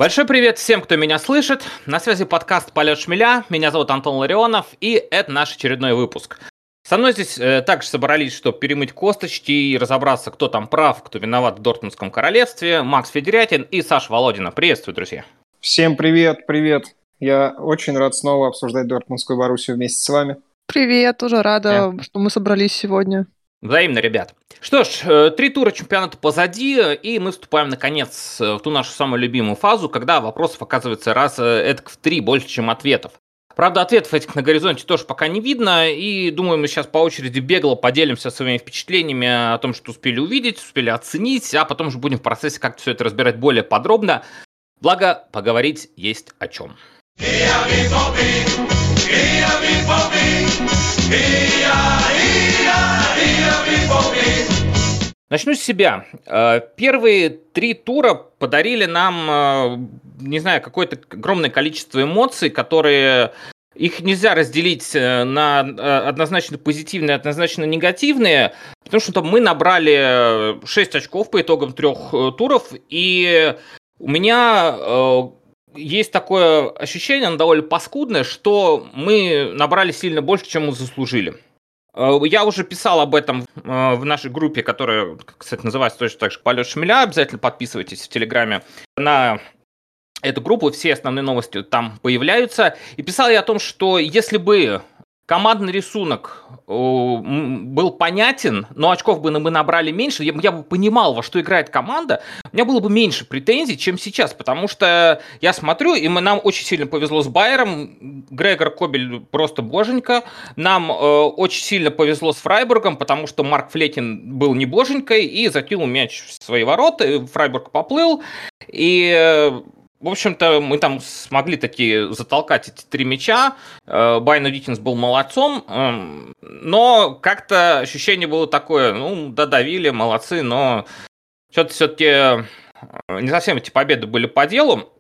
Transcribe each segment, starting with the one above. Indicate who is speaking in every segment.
Speaker 1: Большой привет всем, кто меня слышит. На связи подкаст «Полет шмеля». Меня зовут Антон Ларионов, и это наш очередной выпуск. Со мной здесь также собрались, чтобы перемыть косточки и разобраться, кто там прав, кто виноват в Дортмундском королевстве. Макс Федерятин и Саша Володина. Приветствую, друзья.
Speaker 2: Всем привет. Я очень рад снова обсуждать Дортмундскую Боруссию вместе с вами.
Speaker 3: Привет, тоже рада, что мы собрались сегодня.
Speaker 1: Взаимно, ребят. Что ж, 3 тура чемпионата позади, и мы вступаем, наконец, в ту нашу самую любимую фазу, когда вопросов оказывается раз эдак в 3 больше, чем ответов. Правда, ответов этих на горизонте тоже пока не видно, и думаю, мы сейчас по очереди бегло поделимся своими впечатлениями о том, что успели увидеть, успели оценить, а потом уже будем в процессе как-то все это разбирать более подробно. Благо, поговорить есть о чем. Начну с себя. Первые 3 тура подарили нам, не знаю, какое-то огромное количество эмоций, которые... Их нельзя разделить на однозначно позитивные и однозначно негативные, потому что мы набрали 6 очков по итогам 3 туров, и у меня есть такое ощущение, оно довольно паскудное, что мы набрали сильно больше, чем мы заслужили. Я уже писал об этом в нашей группе, которая, кстати, называется точно так же «Полет шмеля». Обязательно подписывайтесь в Телеграме на эту группу, все основные новости там появляются. И писал я о том, что если бы командный рисунок был понятен, но очков бы мы набрали меньше, я бы понимал, во что играет команда, у меня было бы меньше претензий, чем сейчас, потому что я смотрю, и нам очень сильно повезло с Байером, Грегор Кобель просто боженька, нам очень сильно повезло с Фрайбургом, потому что Марк Флетин был не боженькой и закинул мяч в свои ворота, и Фрайбург поплыл, и... В общем-то, мы там смогли таки затолкать эти 3 мяча. Байно Диккенс был молодцом, но как-то ощущение было такое, додавили, молодцы, но что-то все-таки не совсем эти победы были по делу.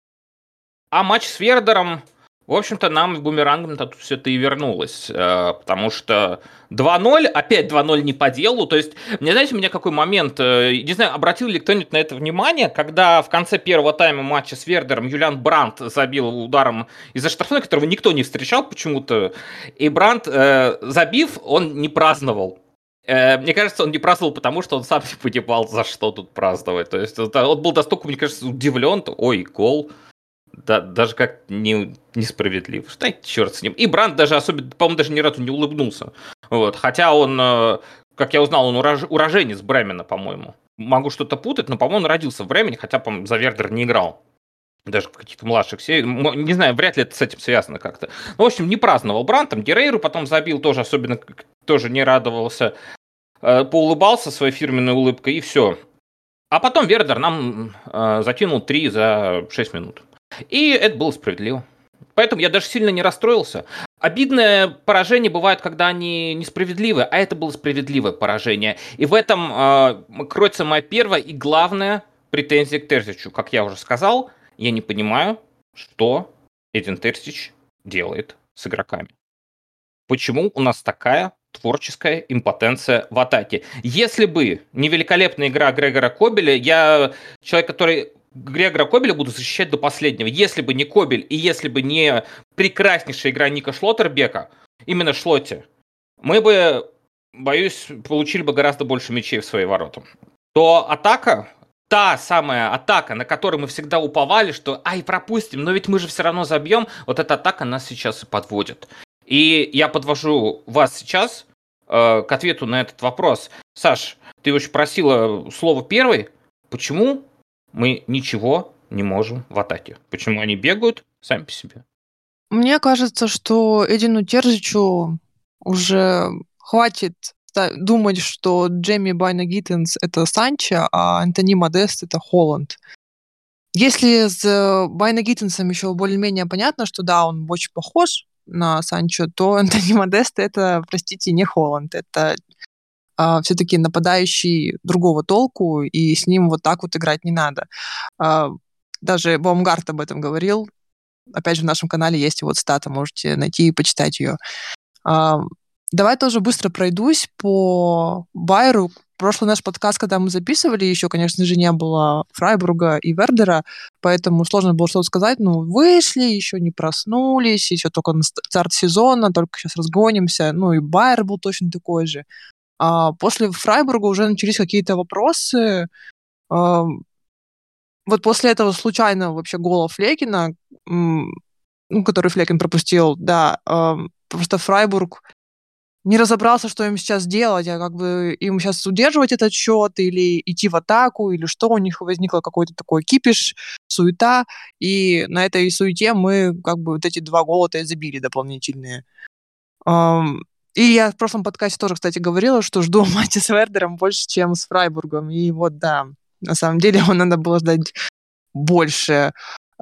Speaker 1: А матч с Вердером, в общем-то, нам в бумерангом тут все это и вернулось, потому что 2-0, опять 2-0 не по делу, то есть, знаете, у меня какой момент, не знаю, обратил ли кто-нибудь на это внимание, когда в конце первого тайма матча с Вердером Юлиан Брандт забил ударом из-за штрафной, которого никто не встречал почему-то, и Брандт, забив, он не праздновал. Мне кажется, он не праздновал, потому что он сам не понимал, за что тут праздновать, то есть он был настолько, мне кажется, удивлен, ой, гол. Да, даже как несправедливо. Что черт с ним. И Брандт даже особенно, по-моему, даже ни разу не улыбнулся. Вот. Хотя он, как я узнал, он уроженец Бремена, по-моему. Могу что-то путать, но, по-моему, он родился в Бремене, хотя, по-моему, за Вердер не играл. Даже в каких-то младших сериях. Не знаю, вряд ли это с этим связано как-то. Ну, в общем, не праздновал Брандт. Там Герейру потом забил, тоже особенно тоже не радовался. Поулыбался своей фирменной улыбкой, и все. А потом Вердер нам закинул 3 за 6 минут. И это было справедливо. Поэтому я даже сильно не расстроился. Обидное поражение бывает, когда они несправедливы, а это было справедливое поражение. И в этом кроется моя первая и главная претензия к Терзичу. Как я уже сказал, я не понимаю, что Эдин Терзич делает с игроками. Почему у нас такая творческая импотенция в атаке? Если бы не великолепная игра Грегора Кобеля, я человек, который... Грегора Кобеля буду защищать до последнего. Если бы не Кобель и если бы не прекраснейшая игра Ника Шлоттербека, именно Шлотте, мы бы, боюсь, получили бы гораздо больше мячей в свои ворота. То атака, та самая атака, на которую мы всегда уповали, что ай, пропустим, но ведь мы же все равно забьем, вот эта атака нас сейчас и подводит. И я подвожу вас сейчас к ответу на этот вопрос. Саш, ты очень просила слово первый. Почему мы ничего не можем в атаке? Почему они бегают сами по себе?
Speaker 3: Мне кажется, что Эдину Терзичу уже хватит думать, что Джейми Байно Гиттенс — это Санчо, а Антони Модест — это Холланд. Если с Байно Гиттенсом еще более-менее понятно, что да, он очень похож на Санчо, то Антони Модест — это, простите, не Холланд, это все-таки нападающий другого толку, и с ним вот так вот играть не надо. Даже Баумгарт об этом говорил. Опять же, в нашем канале есть его цитата, можете найти и почитать ее. Давай тоже быстро пройдусь по Байеру, прошлый наш подкаст, когда мы записывали, еще, конечно же, не было Фрайбурга и Вердера, поэтому сложно было что-то сказать. Ну, вышли, еще не проснулись, еще только на старт сезона, только сейчас разгонимся. Ну, и Байер был точно такой же. А после Фрайбурга уже начались какие-то вопросы. Вот после этого случайного вообще гола Флекина, который Флекин пропустил, да, просто Фрайбург не разобрался, что им сейчас делать, а как бы им сейчас удерживать этот счет или идти в атаку, или что, у них возникло какой-то такой кипиш, суета, и на этой суете мы как бы вот эти 2 гола-то и забили дополнительные. И я в прошлом подкасте тоже, кстати, говорила, что жду матча с Вердером больше, чем с Фрайбургом, и вот да, на самом деле его надо было ждать больше.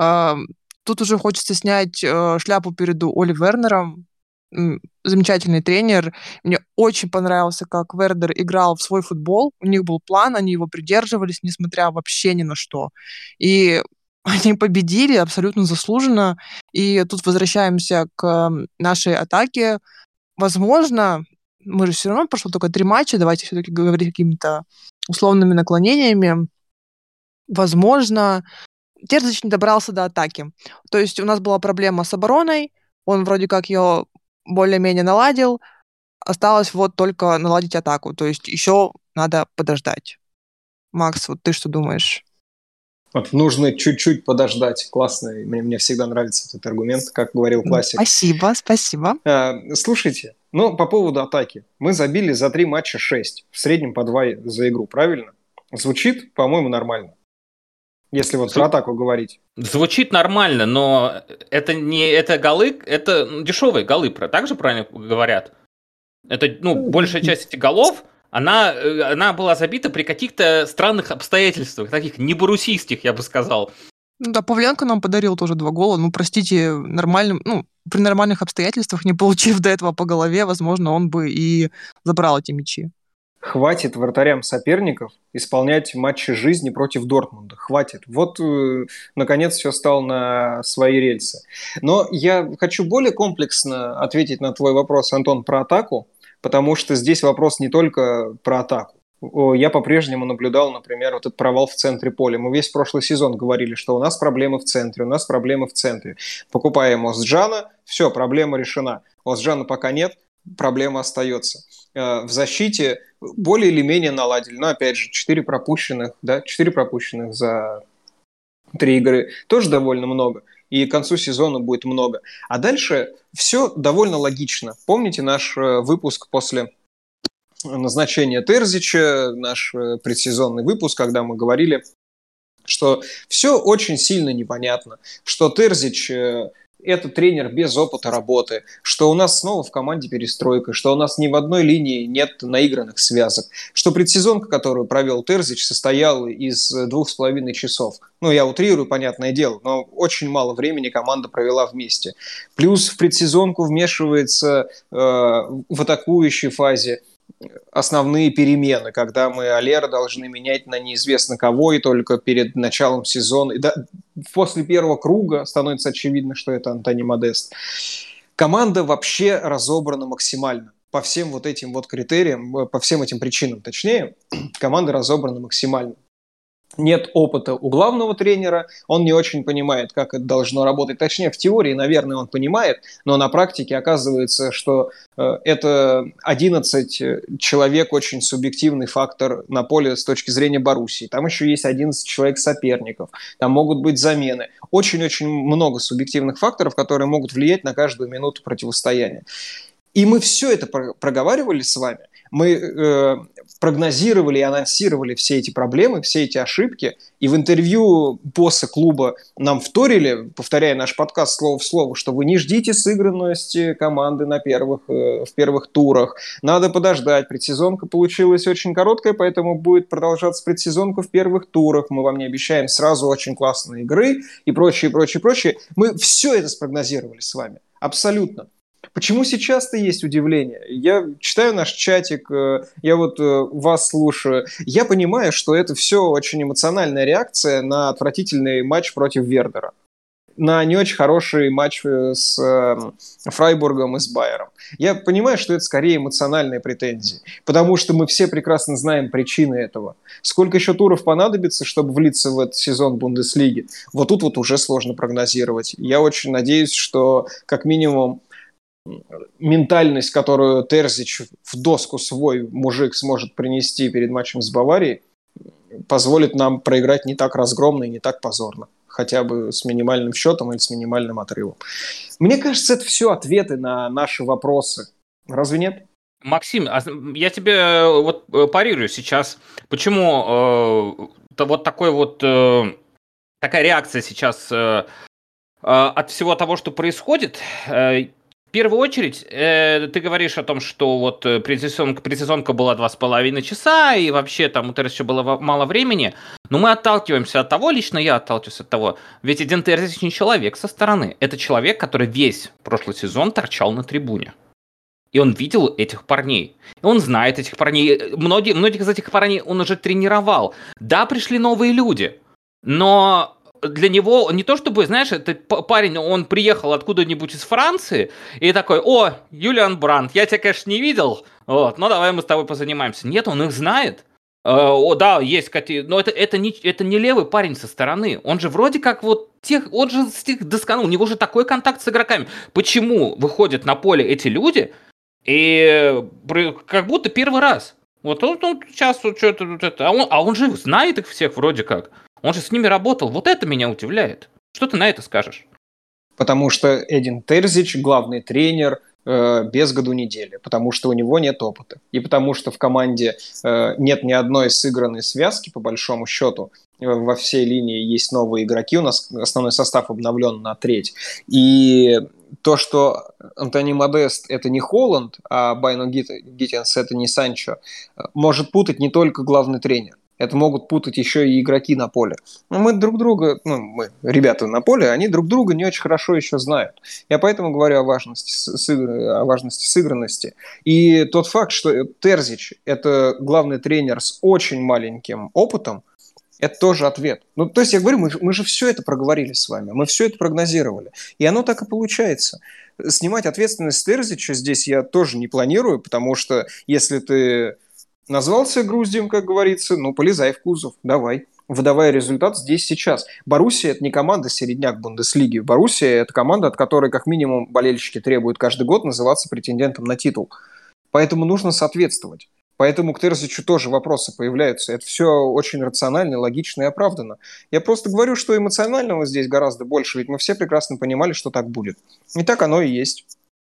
Speaker 3: Тут уже хочется снять шляпу перед Оли Вернером. Замечательный тренер. Мне очень понравился, как Вердер играл в свой футбол. У них был план, они его придерживались, несмотря вообще ни на что. И они победили абсолютно заслуженно. И тут возвращаемся к нашей атаке. Возможно, мы же все равно прошло только 3 матча, давайте все-таки говорить какими-то условными наклонениями. Возможно, Терзич не добрался до атаки. То есть у нас была проблема с обороной, он вроде как ее более-менее наладил, осталось вот только наладить атаку. То есть еще надо подождать. Макс, вот ты что думаешь?
Speaker 2: Вот нужно чуть-чуть подождать. Классный. Мне всегда нравится этот аргумент, как говорил классик.
Speaker 3: Спасибо.
Speaker 2: Слушайте, по поводу атаки. Мы забили за 3 матча 6. В среднем по 2 за игру, правильно? Звучит, по-моему, нормально. Если вот про атаку говорить.
Speaker 1: Звучит нормально, но это голы, это дешевые голы, так же правильно говорят? Это, большая часть этих голов, она была забита при каких-то странных обстоятельствах, таких неборусийских, я бы сказал.
Speaker 3: Да, Павленко нам подарил тоже 2 гола. Простите, при нормальных обстоятельствах, не получив до этого по голове, возможно, он бы и забрал эти мячи.
Speaker 2: Хватит вратарям соперников исполнять матчи жизни против Дортмунда. Хватит. Вот, наконец, все стало на свои рельсы. Но я хочу более комплексно ответить на твой вопрос, Антон, про атаку, потому что здесь вопрос не только про атаку. Я по-прежнему наблюдал, например, вот этот провал в центре поля. Мы весь прошлый сезон говорили, что у нас проблемы в центре, Покупаем Озджана, все, проблема решена. Озджана пока нет, проблема остается. В защите более или менее наладили. Но, опять же, 4 пропущенных за 3 игры. Тоже довольно много. И к концу сезона будет много. А дальше все довольно логично. Помните наш выпуск после назначения Терзича, наш предсезонный выпуск, когда мы говорили, что все очень сильно непонятно, что Терзич это тренер без опыта работы, что у нас снова в команде перестройка, что у нас ни в одной линии нет наигранных связок, что предсезонка, которую провел Терзич, состояла из 2,5 часов. Я утрирую, понятное дело, но очень мало времени команда провела вместе. Плюс в предсезонку вмешивается в атакующей фазе основные перемены, когда мы Алера должны менять на неизвестно кого, и только перед началом сезона, после первого круга становится очевидно, что это Антони Модест. Команда вообще разобрана максимально. По всем вот этим вот критериям, по всем этим причинам, точнее, команда разобрана максимально. Нет опыта у главного тренера, он не очень понимает, как это должно работать. Точнее, в теории, наверное, он понимает, но на практике оказывается, что это 11 человек, очень субъективный фактор на поле с точки зрения Боруссии. Там еще есть 11 человек соперников, там могут быть замены. Очень-очень много субъективных факторов, которые могут влиять на каждую минуту противостояния. И мы все это проговаривали с вами. Мы прогнозировали и анонсировали все эти проблемы, все эти ошибки. И в интервью босса клуба нам вторили, повторяя наш подкаст слово в слово, что вы не ждите сыгранности команды в первых турах. Надо подождать. Предсезонка получилась очень короткая, поэтому будет продолжаться предсезонка в первых турах. Мы вам не обещаем сразу очень классные игры и прочее. Мы все это спрогнозировали с вами. Абсолютно. Почему сейчас-то есть удивление? Я читаю наш чатик, я вот вас слушаю. Я понимаю, что это все очень эмоциональная реакция на отвратительный матч против Вердера. на не очень хороший матч с Фрайбургом и с Байером. Я понимаю, что это скорее эмоциональные претензии, потому что мы все прекрасно знаем причины этого. Сколько еще туров понадобится, чтобы влиться в этот сезон Бундеслиги? Вот тут вот уже сложно прогнозировать. Я очень надеюсь, что как минимум ментальность, которую Терзич в доску свой мужик сможет принести перед матчем с Баварией, позволит нам проиграть не так разгромно и не так позорно. Хотя бы с минимальным счетом или с минимальным отрывом. Мне кажется, это все ответы на наши вопросы. Разве нет?
Speaker 1: Максим, я тебе вот парирую сейчас. Почему вот такой вот такая реакция сейчас от всего того, что происходит? В первую очередь, ты говоришь о том, что вот предсезонка была 2,5 часа, и вообще там у Терзича было мало времени. Но мы отталкиваемся от того, лично я отталкиваюсь от того, ведь Эдин Терзич не человек со стороны. Это человек, который весь прошлый сезон торчал на трибуне. И он видел этих парней. И он знает этих парней. Многих из этих парней он уже тренировал. Да, пришли новые люди, но для него не то чтобы, знаешь, этот парень, он приехал откуда-нибудь из Франции и такой: о, Юлиан Брандт, я тебя, конечно, не видел, вот, но давай мы с тобой позанимаемся. Нет, он их знает. О, да, есть какие, но это не левый парень со стороны. Он же вроде как вот он же с тех досконал, у него же такой контакт с игроками. Почему выходят на поле эти люди и как будто первый раз? Вот он сейчас вот что-то вот это, а он же знает их всех вроде как. Он же с ними работал. Вот это меня удивляет. Что ты на это скажешь?
Speaker 2: Потому что Эдин Терзич главный тренер без году недели. Потому что у него нет опыта. И потому что в команде нет ни одной сыгранной связки, по большому счету. Во всей линии есть новые игроки. У нас основной состав обновлен на треть. И то, что Антони Модест – это не Холланд, а Байно Гиттинс – это не Санчо, может путать не только главный тренер. Это могут путать еще и игроки на поле. Но мы друг друга, ребята на поле, они друг друга не очень хорошо еще знают. Я поэтому говорю о важности сыгранности. И тот факт, что Терзич – это главный тренер с очень маленьким опытом, это тоже ответ. То есть я говорю, мы же все это проговорили с вами, мы все это прогнозировали. И оно так и получается. Снимать ответственность с Терзича здесь я тоже не планирую, потому что если ты назвался груздем, как говорится, полезай в кузов, давай. Выдавай результат здесь, сейчас. Боруссия – это не команда середняк Бундеслиги. Боруссия – это команда, от которой как минимум болельщики требуют каждый год называться претендентом на титул. Поэтому нужно соответствовать. Поэтому к Терзичу тоже вопросы появляются. Это все очень рационально, логично и оправданно. Я просто говорю, что эмоционального здесь гораздо больше, ведь мы все прекрасно понимали, что так будет. И так оно и есть.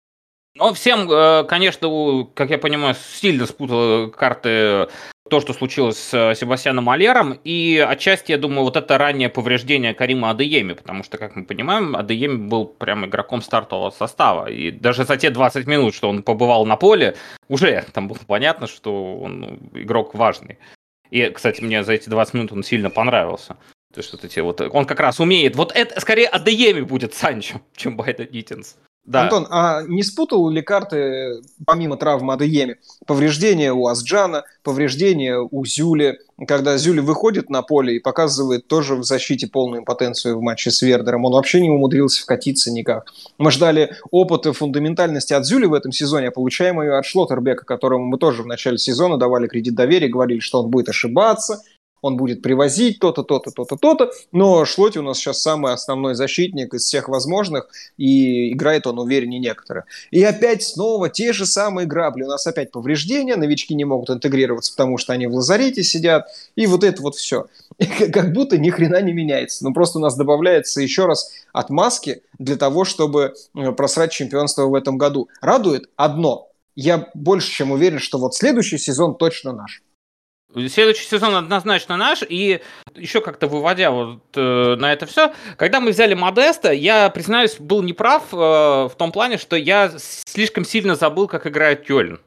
Speaker 1: Но всем, конечно, как я понимаю, сильно спутало карты то, что случилось с Себастьяном Аллером, и отчасти, я думаю, вот это раннее повреждение Карима Адееми, потому что, как мы понимаем, Адееми был прям игроком стартового состава, и даже за те 20 минут, что он побывал на поле, уже там было понятно, что он игрок важный. И, кстати, мне за эти 20 минут он сильно понравился. То есть вот эти вот, он как раз умеет, вот это скорее Адееми будет Санчо, чем Байно Гиттинс. Да.
Speaker 2: Антон, а не спутал ли карты, помимо травмы Адееми, повреждения у Асджана, повреждения у Зюли, когда Зюли выходит на поле и показывает тоже в защите полную импотенцию в матче с Вердером, он вообще не умудрился вкатиться никак. Мы ждали опыта фундаментальности от Зюли в этом сезоне, а получаем ее от Шлоттербека, которому мы тоже в начале сезона давали кредит доверия, говорили, что он будет ошибаться, он будет привозить то-то, то-то, то-то, то-то, но Шлоти у нас сейчас самый основной защитник из всех возможных, и играет он увереннее некоторых. И опять снова те же самые грабли, у нас опять повреждения, новички не могут интегрироваться, потому что они в лазарете сидят, и вот это вот все. Как будто ни хрена не меняется, но просто у нас добавляется еще раз отмазки для того, чтобы просрать чемпионство в этом году. Радует одно, я больше чем уверен, что вот следующий сезон точно наш.
Speaker 1: Следующий сезон однозначно наш, и еще как-то выводя вот на это все, когда мы взяли Модеста, я, признаюсь, был неправ в том плане, что я слишком сильно забыл, как играет Кёльн.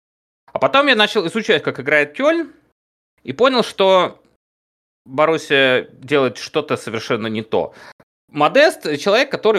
Speaker 1: А потом я начал изучать, как играет Кёльн, и понял, что Боруссия делает что-то совершенно не то. Модест – человек, который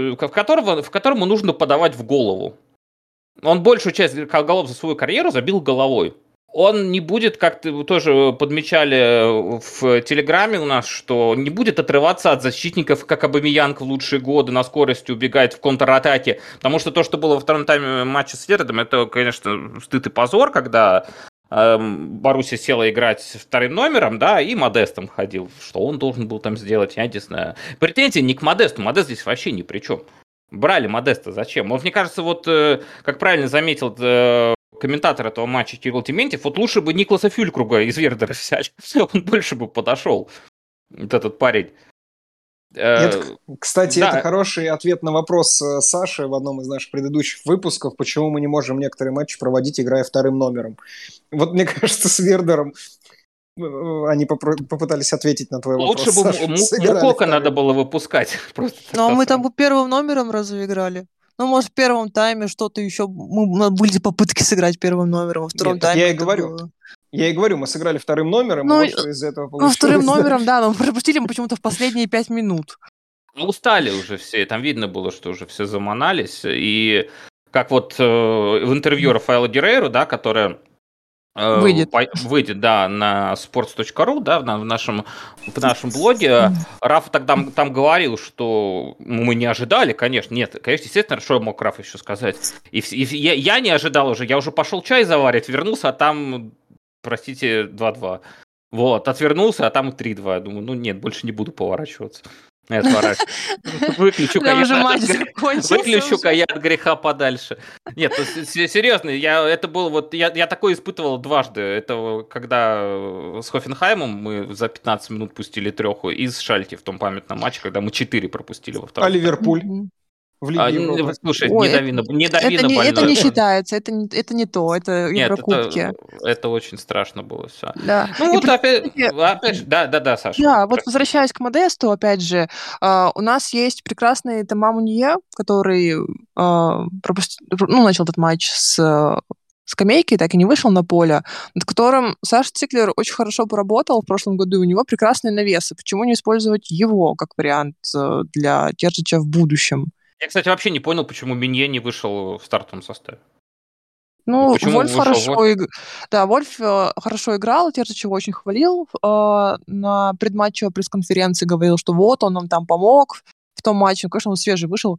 Speaker 1: которому нужно подавать в голову. Он большую часть голов за свою карьеру забил головой. Он не будет, как ты тоже подмечали в Телеграме у нас, что не будет отрываться от защитников, как Обамеянг в лучшие годы на скорости убегает в контратаке. Потому что то, что было во втором тайме матча с Вердом, это, конечно, стыд и позор, когда Боруссия села играть вторым номером, да, и Модестом ходил. Что он должен был там сделать, я не знаю. Претензии не к Модесту, Модест здесь вообще ни при чем. Брали Модеста зачем? Вот мне кажется, вот, как правильно заметил комментатор этого матча Кирилл Тиментьев, вот лучше бы Никласа Фюлькруга из Вердера взяли, он больше бы подошел, вот этот парень.
Speaker 2: Кстати, это хороший ответ на вопрос Саши в одном из наших предыдущих выпусков, почему мы не можем некоторые матчи проводить, играя вторым номером. Вот мне кажется, с Вердером они попытались ответить на твой вопрос.
Speaker 1: Лучше бы Мукока надо было выпускать.
Speaker 3: Ну, а мы там первым номером разве играли? Ну, может, в первом тайме что-то еще... были попытки сыграть первым номером, во втором тайме...
Speaker 2: Я и говорю, мы сыграли вторым номером, и вот что из этого получилось.
Speaker 3: Вторым номером, да, но пропустили мы почему-то в последние 5 минут.
Speaker 1: Устали уже все, там видно было, что уже все заманались. И как вот в интервью Рафаэла Геррейро, да, которая... Выйдет, да, на sports.ru, да, в нашем блоге. Раф тогда там говорил, что мы не ожидали, конечно, естественно, что мог Раф еще сказать. И я не ожидал уже, я уже пошел чай заваривать, вернулся, а там, простите, 2-2. Вот, отвернулся, а там 3-2. Думаю, нет, больше не буду поворачиваться. Выключу-ка я от греха подальше. Нет, серьезно, это было вот, я такое испытывал дважды. Это когда с Хофенхаймом мы за 15 минут пустили 3 из Шальки в том памятном матче, когда мы 4 пропустили во втором.
Speaker 2: А Ливерпуль? В Лиге Европы.
Speaker 1: Слушай, не дави на больное.
Speaker 3: Это не считается, это не то, это Еврокубки.
Speaker 1: Это очень страшно было все.
Speaker 3: Да.
Speaker 1: Ну вот опять же, да, Саша.
Speaker 3: Да, вот возвращаясь к Модесту, опять же, у нас есть прекрасный Тома Мунье, который начал этот матч с скамейки, так и не вышел на поле, над которым Саша Циклер очень хорошо поработал в прошлом году, и у него прекрасные навесы. Почему не использовать его как вариант для Терзича в будущем?
Speaker 1: Я, кстати, вообще не понял, почему Минье не вышел в стартовом составе.
Speaker 3: Ну, Вольф хорошо играл, Терзич его очень хвалил. На предматчевой пресс-конференции говорил, что вот он нам там помог в том матче. Ну, конечно, он свежий вышел.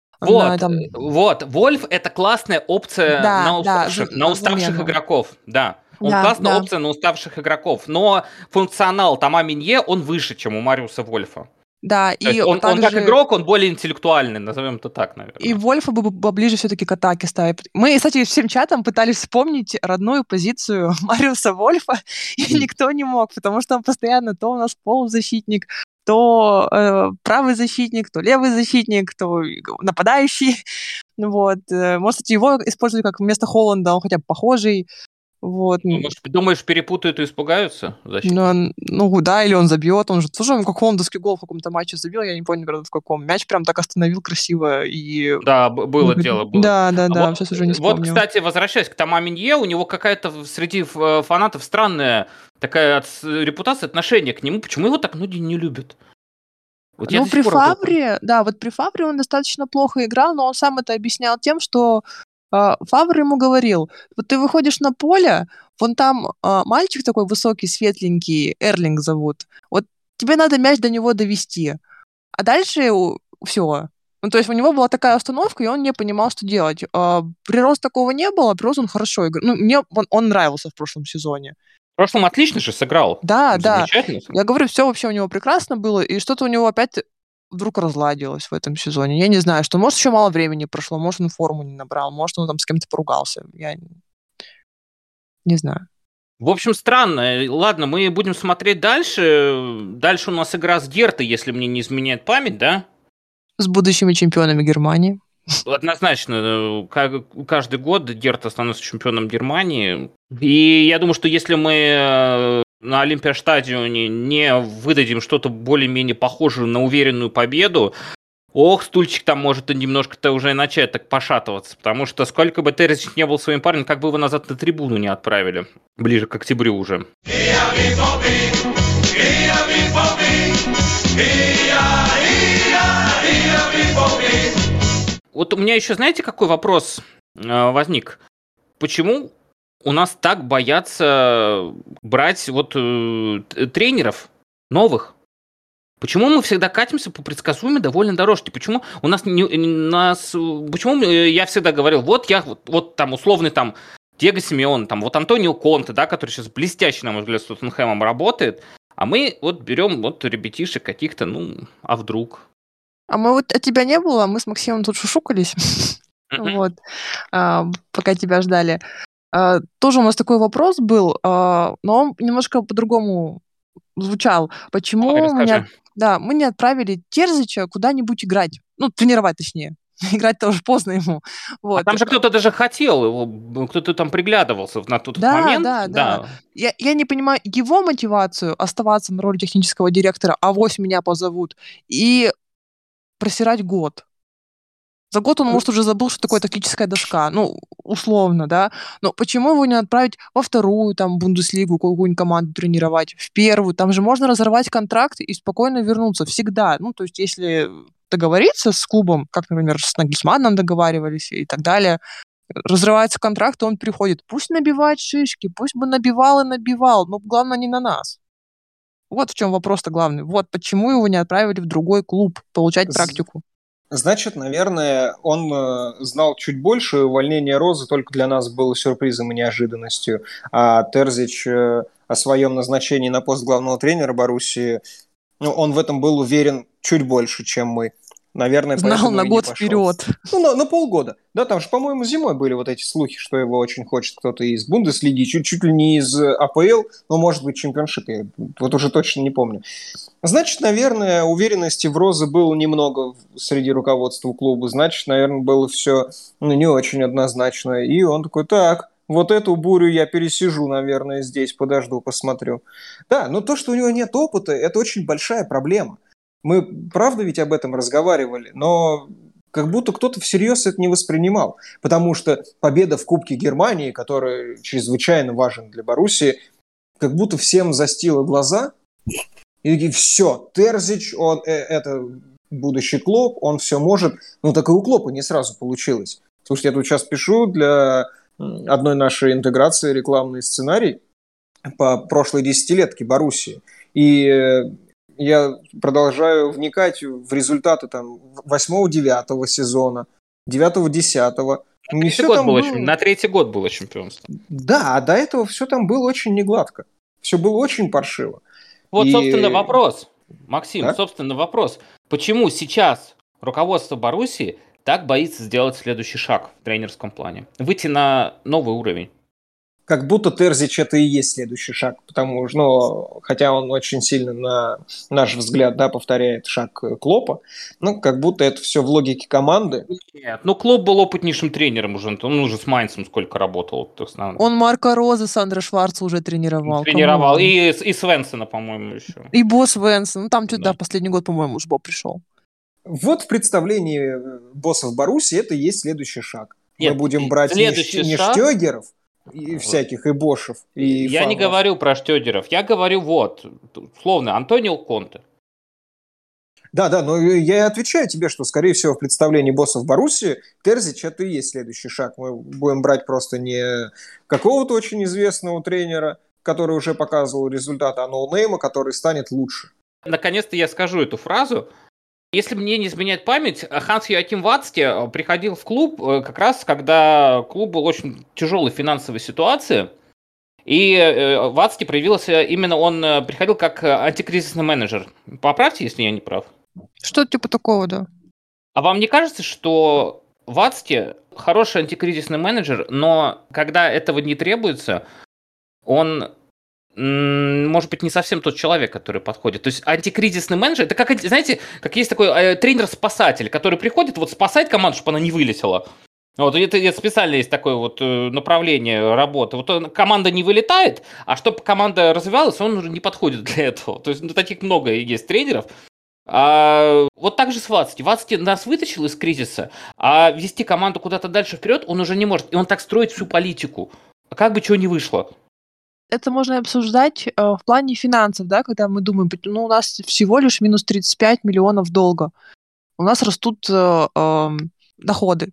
Speaker 1: Вот, Вольф — это классная опция на уставших игроков. Да, классная опция на уставших игроков. Но функционал Тома Минье, он выше, чем у Мариуса Вольфа.
Speaker 3: Да, и
Speaker 1: он как игрок, он более интеллектуальный, назовем это так, наверное.
Speaker 3: И Вольфа бы поближе все-таки к атаке ставить. Мы, кстати, всем чатом пытались вспомнить родную позицию Мариуса Вольфа, и никто не мог, потому что он постоянно то у нас полузащитник, то правый защитник, то левый защитник, то нападающий. Вот. Может, кстати, его использовать как вместо Холланда, он хотя бы похожий. Вот.
Speaker 1: Может, думаешь, перепутают и испугаются?
Speaker 3: Да, или он забьет. Он же тоже как холландовский гол в каком-то матче забил, я не помню, правда, в каком. Мяч прям так остановил красиво.
Speaker 1: Да, было дело.
Speaker 3: Да, сейчас уже не вспомню.
Speaker 1: Вот, кстати, возвращаясь к Тома Минье, у него какая-то среди фанатов странная такая репутация, отношение к нему. Почему его так многие не любят? Вот
Speaker 3: при Фабре он достаточно плохо играл, но он сам это объяснял тем, что Фавр ему говорил, вот ты выходишь на поле, вон там мальчик такой высокий, светленький, Эрлинг зовут, вот тебе надо мяч до него довести, а дальше все. Ну, то есть у него была такая установка, и он не понимал, что делать. Прироз такого не было, Прироз он хорошо играл. Ну, мне он нравился в прошлом сезоне.
Speaker 1: В прошлом отлично же сыграл.
Speaker 3: Да. Я говорю, все вообще у него прекрасно было, и что-то у него опять вдруг разладилось в этом сезоне. Я не знаю, что, может, еще мало времени прошло, может, он форму не набрал, может, он там с кем-то поругался. Я не знаю.
Speaker 1: В общем, странно. Ладно, мы будем смотреть дальше. Дальше у нас игра с Гертой, если мне не изменяет память, да?
Speaker 3: С будущими чемпионами Германии.
Speaker 1: Однозначно. Каждый год Герта становится чемпионом Германии. И я думаю, что если мы на Олимпиастадионе не выдадим что-то более-менее похожее на уверенную победу, стульчик там может немножко-то уже начать так пошатываться, потому что сколько бы Терзич не был своим парнем, как бы его назад на трибуну не отправили, ближе к октябрю уже. Вот у меня еще, знаете, какой вопрос возник? Почему у нас так боятся брать вот тренеров новых? Почему мы всегда катимся по предсказуемой довольно дорожке? Почему у нас почему я всегда говорил, вот там условный там Диего Симеон, там вот Антонио Конте, да, который сейчас блестяще, на мой взгляд, с Тоттенхэмом работает, а мы вот берем вот ребятишек каких-то, а вдруг?
Speaker 3: А мы вот тебя не было, мы с Максимом тут шушукались, вот, пока тебя ждали. Тоже у нас такой вопрос был, но он немножко по-другому звучал. Почему мы не отправили Терзича куда-нибудь играть? Тренировать, точнее. Играть-то уже поздно ему. Вот.
Speaker 1: А там же кто-то даже хотел его, кто-то там приглядывался на тот момент.
Speaker 3: Да. Я не понимаю его мотивацию оставаться на роли технического директора, авось меня позовут, и просирать год. За год он, может, уже забыл, что такое тактическая доска. Условно, да. Но почему его не отправить во вторую, там, Бундеслигу, какую-нибудь команду тренировать, в первую? Там же можно разорвать контракт и спокойно вернуться всегда. То есть, если договориться с клубом, как, например, с Нагельсманном договаривались и так далее, разрывается контракт, и он переходит. Пусть набивает шишки, пусть бы набивал, но главное не на нас. Вот в чем вопрос-то главный. Вот почему его не отправили в другой клуб получать практику.
Speaker 2: Значит, наверное, он знал чуть больше, и увольнение Розы только для нас было сюрпризом и неожиданностью. А Терзич о своем назначении на пост главного тренера Боруссии, он в этом был уверен чуть больше, чем мы. Наверное,
Speaker 3: знал на год вперед.
Speaker 2: На полгода. Да, там же, по-моему, зимой были вот эти слухи, что его очень хочет кто-то из Бундеслиги, чуть ли не из АПЛ, но, может быть, чемпионшип, я вот уже точно не помню. Значит, наверное, уверенности в Розе было немного среди руководства клуба. Значит, наверное, было все не очень однозначно. И он такой, так, вот эту бурю я пересижу, наверное, здесь, подожду, посмотрю. Да, но то, что у него нет опыта, это очень большая проблема. Мы, правда, ведь об этом разговаривали, но как будто кто-то всерьез это не воспринимал. Потому что победа в Кубке Германии, который чрезвычайно важен для Боруссии, как будто всем застила глаза. И все, Терзич, он это будущий Клоп, он все может. Так и у Клопа не сразу получилось. Слушайте, я тут сейчас пишу для одной нашей интеграции рекламный сценарий по прошлой десятилетке Боруссии. И я продолжаю вникать в результаты там 8-9 сезона, 9-10.
Speaker 1: На третий год было чемпионство.
Speaker 2: Да, а до этого все там было очень негладко. Все было очень паршиво.
Speaker 1: Собственно, вопрос. Максим, вопрос. Почему сейчас руководство Боруссии так боится сделать следующий шаг в тренерском плане? Выйти на новый уровень?
Speaker 2: Как будто Терзич это и есть следующий шаг, потому что, хотя он очень сильно, на наш взгляд, повторяет шаг Клопа, как будто это все в логике команды.
Speaker 1: Нет, Клоп был опытнейшим тренером уже, он уже с Майнцем сколько работал.
Speaker 3: Он Марко Розе, Сандра Шварца уже тренировал.
Speaker 1: И Свенсона, по-моему, еще.
Speaker 3: И Бо Свенсон, там последний год, по-моему, уже Бо пришел.
Speaker 2: Вот в представлении боссов Боруссии это и есть следующий шаг. Мы будем брать не Штёгеров, и всяких, и Бошев, и
Speaker 1: я не говорю про Штёгеров, я говорю условно, Антонио Конте.
Speaker 2: Да, но я и отвечаю тебе, что, скорее всего, в представлении боссов Боруссии Терзич это и есть следующий шаг. Мы будем брать просто не какого-то очень известного тренера, который уже показывал результаты, а ноунейма, который станет лучше.
Speaker 1: Наконец-то я скажу эту фразу. Если мне не изменяет память, Ханс-Йоахим Вацке приходил в клуб как раз, когда клуб был в очень тяжелой финансовой ситуации, и Вацке проявился, именно он приходил как антикризисный менеджер. Поправьте, если я не прав.
Speaker 3: Что-то типа такого, да.
Speaker 1: А вам не кажется, что Вацке хороший антикризисный менеджер, но когда этого не требуется, он... может быть, не совсем тот человек, который подходит. То есть антикризисный менеджер, это как, знаете, как есть такой тренер-спасатель, который приходит спасать команду, чтобы она не вылетела. Это специально есть такое направление работы. Команда не вылетает, а чтобы команда развивалась, он уже не подходит для этого. То есть таких много есть тренеров. Так же с Вацке. Вацке нас вытащил из кризиса, а вести команду куда-то дальше вперед он уже не может. И он так строит всю политику. А как бы чего не вышло.
Speaker 3: Это можно обсуждать в плане финансов, да, когда мы думаем, у нас всего лишь минус 35 миллионов долга. У нас растут доходы.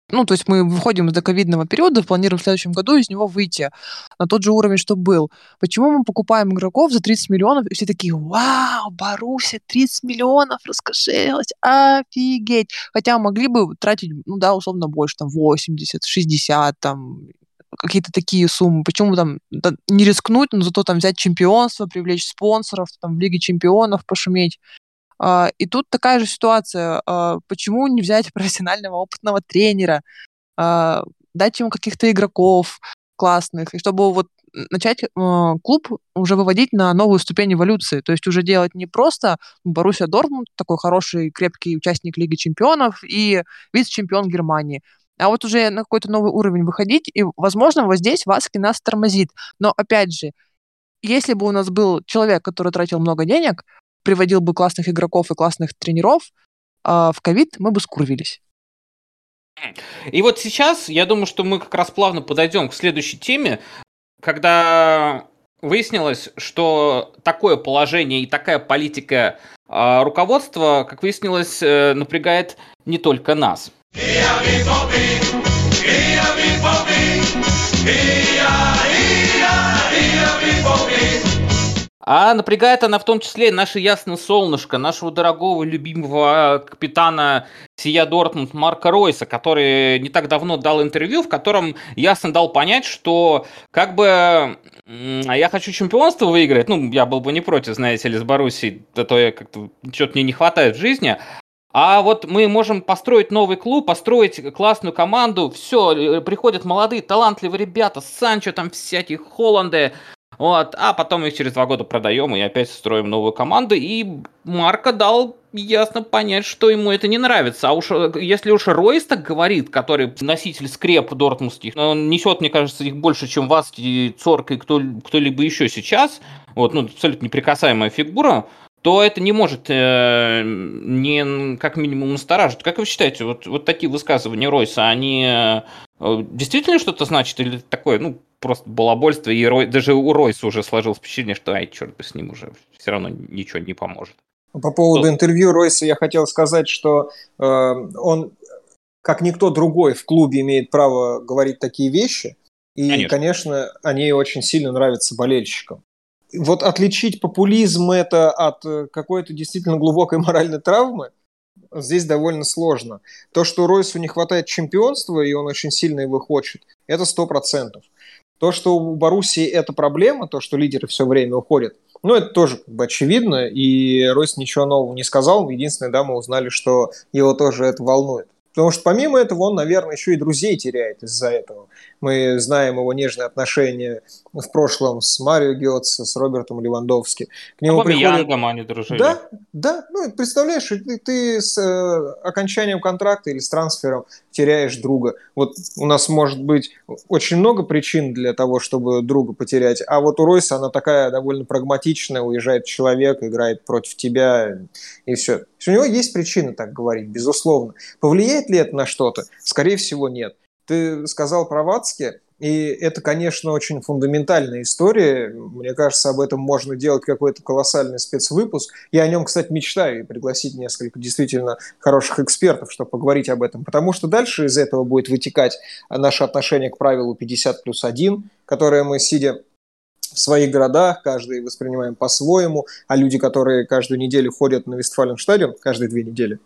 Speaker 3: то есть мы выходим из доковидного периода, планируем в следующем году из него выйти на тот же уровень, что был. Почему мы покупаем игроков за 30 миллионов, и все такие: вау, Боруссия 30 миллионов раскошелилась, офигеть. Хотя могли бы тратить, условно больше, 80, 60, какие-то такие суммы. Почему не рискнуть, но зато взять чемпионство, привлечь спонсоров, в Лиге чемпионов пошуметь. И тут такая же ситуация. Почему не взять профессионального опытного тренера, дать ему каких-то игроков классных, и чтобы начать клуб уже выводить на новую ступень эволюции. То есть уже делать не просто Боруссия Дортмунд, такой хороший, крепкий участник Лиги чемпионов и вице-чемпион Германии, а уже на какой-то новый уровень выходить, и, возможно, здесь Васки нас тормозит. Но, опять же, если бы у нас был человек, который тратил много денег, приводил бы классных игроков и классных тренеров, в ковид мы бы скурвились.
Speaker 1: И вот сейчас, я думаю, что мы как раз плавно подойдем к следующей теме, когда выяснилось, что такое положение и такая политика руководства, как выяснилось, напрягает не только нас. А напрягает она в том числе наше ясное солнышко, нашего дорогого, любимого капитана сия Дортмунд Марка Ройса, который не так давно дал интервью, в котором ясно дал понять, что я хочу чемпионство выиграть, я был бы не против, знаете ли, с Боруссией, а то я как-то что-то мне не хватает в жизни. А вот мы можем построить новый клуб, построить классную команду, все, приходят молодые, талантливые ребята, Санчо, всякие Холланды, а потом их через 2 года продаем и опять строим новую команду. И Марко дал ясно понять, что ему это не нравится. А уж если Ройс так говорит, который носитель скреп дортмундских, он несет, мне кажется, их больше, чем Васки, Цорк и кто-либо еще сейчас, абсолютно неприкасаемая фигура, то это не может не как минимум настораживать. Как вы считаете, вот такие высказывания Ройса, они действительно что-то значат или такое, просто балабольство, и даже у Ройса уже сложилось впечатление, что черт бы с ним уже все равно ничего не поможет.
Speaker 2: По поводу интервью Ройса я хотел сказать, что он, как никто другой в клубе, имеет право говорить такие вещи, и, конечно, они очень сильно нравятся болельщикам. Вот отличить популизм это от какой-то действительно глубокой моральной травмы здесь довольно сложно. То, что Ройсу не хватает чемпионства, и он очень сильно его хочет, это 100%. То, что у Боруссии это проблема, то, что лидеры все время уходят, это тоже очевидно, и Ройс ничего нового не сказал. Единственное, мы узнали, что его тоже это волнует. Потому что помимо этого он, наверное, еще и друзей теряет из-за этого. Мы знаем его нежные отношения в прошлом с Марио Гётце, с Робертом Левандовски.
Speaker 1: К нему приходят... они дружили.
Speaker 2: Да. Представляешь, ты с окончанием контракта или с трансфером теряешь друга. У нас может быть очень много причин для того, чтобы друга потерять, а у Ройса она такая довольно прагматичная, уезжает человек, играет против тебя, и все. У него есть причины так говорить, безусловно. Повлияет ли это на что-то? Скорее всего, нет. Ты сказал про Вацке, и это, конечно, очень фундаментальная история. Мне кажется, об этом можно делать какой-то колоссальный спецвыпуск. Я о нем, кстати, мечтаю, и пригласить несколько действительно хороших экспертов, чтобы поговорить об этом. Потому что дальше из этого будет вытекать наше отношение к правилу 50+1, которое мы, сидя в своих городах, каждый воспринимаем по-своему, а люди, которые каждую неделю ходят на Вестфаленстадион, каждые 2 недели,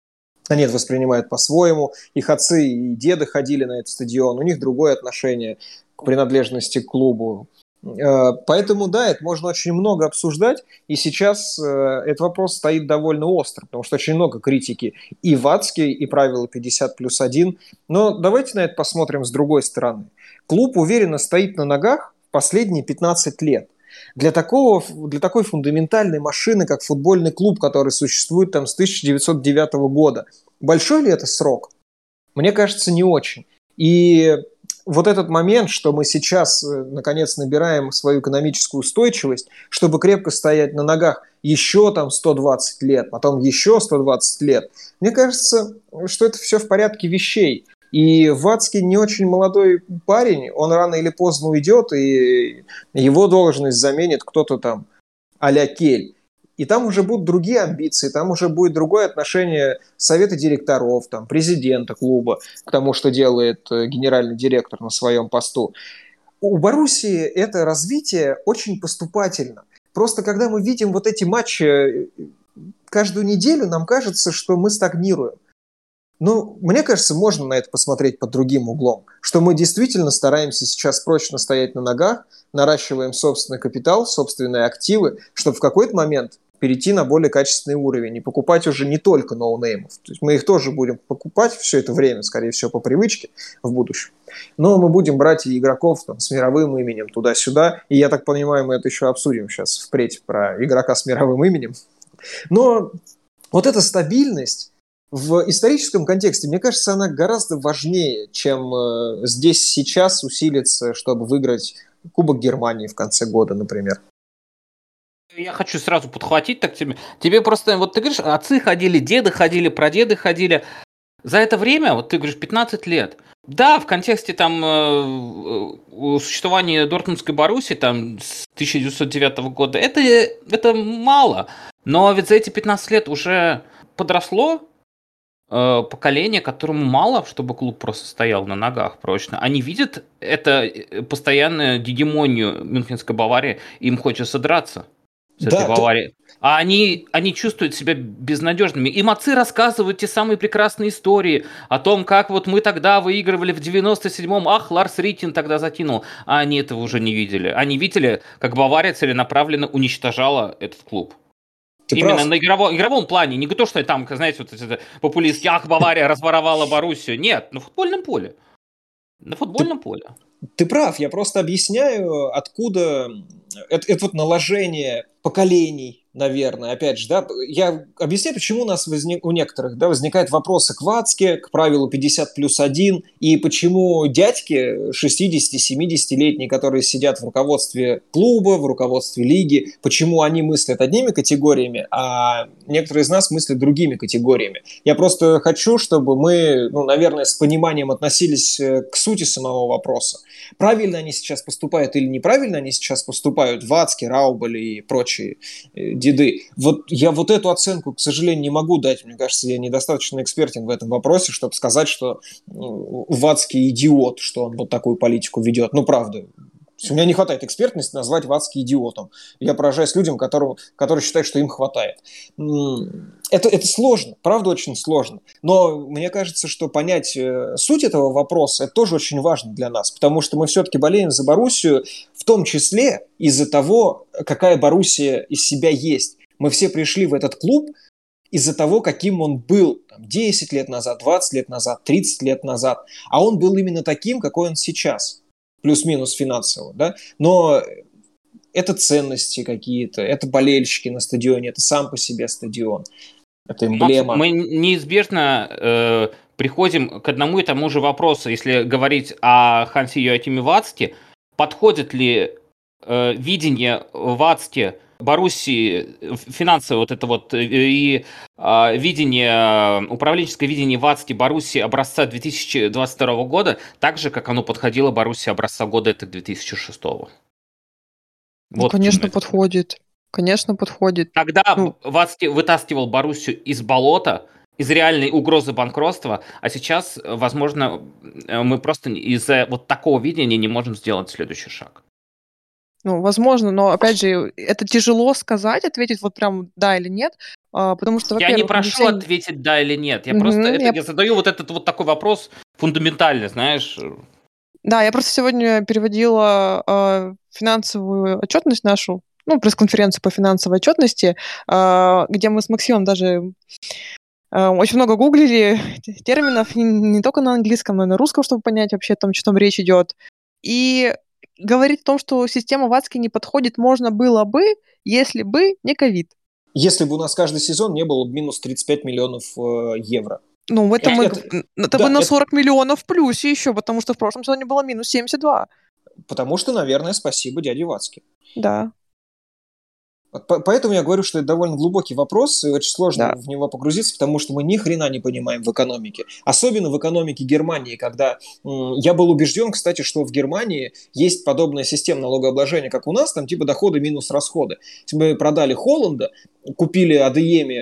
Speaker 2: они это воспринимают по-своему. Их отцы и деды ходили на этот стадион, у них другое отношение к принадлежности к клубу. Поэтому, это можно очень много обсуждать, и сейчас этот вопрос стоит довольно остро, потому что очень много критики и Вацки, и правила 50+1. Но давайте на это посмотрим с другой стороны. Клуб уверенно стоит на ногах последние 15 лет. Для такой фундаментальной машины, как футбольный клуб, который существует с 1909 года, большой ли это срок? Мне кажется, не очень. И этот момент, что мы сейчас, наконец, набираем свою экономическую устойчивость, чтобы крепко стоять на ногах еще 120 лет, потом еще 120 лет, мне кажется, что это все в порядке вещей. И Вацки не очень молодой парень, он рано или поздно уйдет, и его должность заменит кто-то а-ля Кель. И там уже будут другие амбиции, там уже будет другое отношение совета директоров, там, президента клуба к тому, что делает генеральный директор на своем посту. У Боруссии это развитие очень поступательно. Просто когда мы видим вот эти матчи каждую неделю, нам кажется, что мы стагнируем. Ну, мне кажется, можно на это посмотреть под другим углом, что мы действительно стараемся сейчас прочно стоять на ногах, наращиваем собственный капитал, собственные активы, чтобы в какой-то момент перейти на более качественный уровень и покупать уже не только ноунеймов. То есть мы их тоже будем покупать все это время, скорее всего, по привычке в будущем. Но мы будем брать и игроков там, с мировым именем туда-сюда. И я так понимаю, мы это еще обсудим сейчас впредь про игрока с мировым именем. Но вот эта стабильность в историческом контексте, мне кажется, она гораздо важнее, чем здесь сейчас усилиться, чтобы выиграть Кубок Германии в конце года, например.
Speaker 1: Я хочу сразу подхватить так тебе. Тебе просто, вот ты говоришь, отцы ходили, деды ходили, прадеды ходили. За это время, вот ты говоришь, 15 лет. Да, в контексте там существования Дортмундской Боруссии там с 1909 года, это мало. Но ведь за эти 15 лет уже подросло поколение, которому мало, чтобы клуб просто стоял на ногах прочно. Они видят это постоянную гегемонию Мюнхенской Баварии, им хочется драться с этой Баварией. А они чувствуют себя безнадежными. Им отцы рассказывают те самые прекрасные истории о том, как вот мы тогда выигрывали в 97-м, ах, Ларс Риттин тогда закинул. А они этого уже не видели. Они видели, как Бавария целенаправленно уничтожала этот клуб. Именно на игровом плане. Не то, что там, знаете, вот это популистки, ах, Бавария разворовала Боруссию. Нет, на футбольном поле. На футбольном поле.
Speaker 2: Ты прав, я просто объясняю, откуда это вот наложение поколений, наверное, опять же, да, я объясняю, почему у нас у некоторых, да, возникают вопросы к Вацке, к правилу 50+1, и почему дядьки 60-70-летние, которые сидят в руководстве клуба, в руководстве лиги, почему они мыслят одними категориями, а некоторые из нас мыслят другими категориями. Я просто хочу, чтобы мы, наверное, с пониманием относились к сути самого вопроса. Правильно они сейчас поступают или неправильно они сейчас поступают, Вацке, Раубаль и прочие деды. Вот я вот эту оценку, к сожалению, не могу дать. Мне кажется, я недостаточно экспертен в этом вопросе, чтобы сказать, что Вацке идиот, что он вот такую политику ведет. Ну, правда. У меня не хватает экспертности назвать Вацке идиотом. Я поражаюсь людям, которые считают, что им хватает. Это сложно, правда, очень сложно. Но мне кажется, что понять суть этого вопроса, это тоже очень важно для нас, потому что мы все-таки болеем за Боруссию, в том числе из-за того, какая Боруссия из себя есть. Мы все пришли в этот клуб из-за того, каким он был 10 лет назад, 20 лет назад, 30 лет назад. А он был именно таким, какой он сейчас. Плюс-минус финансово, да, но это ценности какие-то, это болельщики на стадионе, это сам по себе стадион, это эмблема.
Speaker 1: Мы неизбежно приходим к одному и тому же вопросу, если говорить о Хансе Йоахиме Вацке, подходит ли видение Вацке Боруссии, финансовое вот это вот и видение, управленческое видение Вацке Боруссии образца 2022 года, так же, как оно подходило Боруссии образца года это 2006.
Speaker 3: Вот конечно, подходит. Конечно, подходит.
Speaker 1: Тогда Вацке вытаскивал Боруссию из болота, из реальной угрозы банкротства, а сейчас, возможно, мы просто из-за вот такого видения не можем сделать следующий шаг.
Speaker 3: Возможно, но, опять же, это тяжело сказать, ответить вот прям да или нет, потому что,
Speaker 1: во-первых... Я не прошу ответить да или нет, я просто я задаю вот этот вот такой вопрос фундаментальный, знаешь.
Speaker 3: Да, я просто сегодня переводила финансовую отчетность нашу, пресс-конференцию по финансовой отчетности, где мы с Максимом даже очень много гуглили терминов, не только на английском, но и на русском, чтобы понять вообще, о чем речь идет. И говорить о том, что система Вацке не подходит, можно было бы, если бы не ковид.
Speaker 2: Если бы у нас каждый сезон не было минус 35 миллионов евро.
Speaker 3: Это бы на 40 миллионов в плюсе еще, потому что в прошлом сезоне было минус 72.
Speaker 2: Потому что, наверное, спасибо дяде Вацке.
Speaker 3: Да.
Speaker 2: Поэтому я говорю, что это довольно глубокий вопрос, и очень сложно
Speaker 3: Да.
Speaker 2: в него погрузиться, потому что мы ни хрена не понимаем в экономике. Особенно в экономике Германии, когда я был убежден, кстати, что в Германии есть подобная система налогообложения, как у нас, там типа доходы минус расходы. Мы продали Холланда, купили Адееми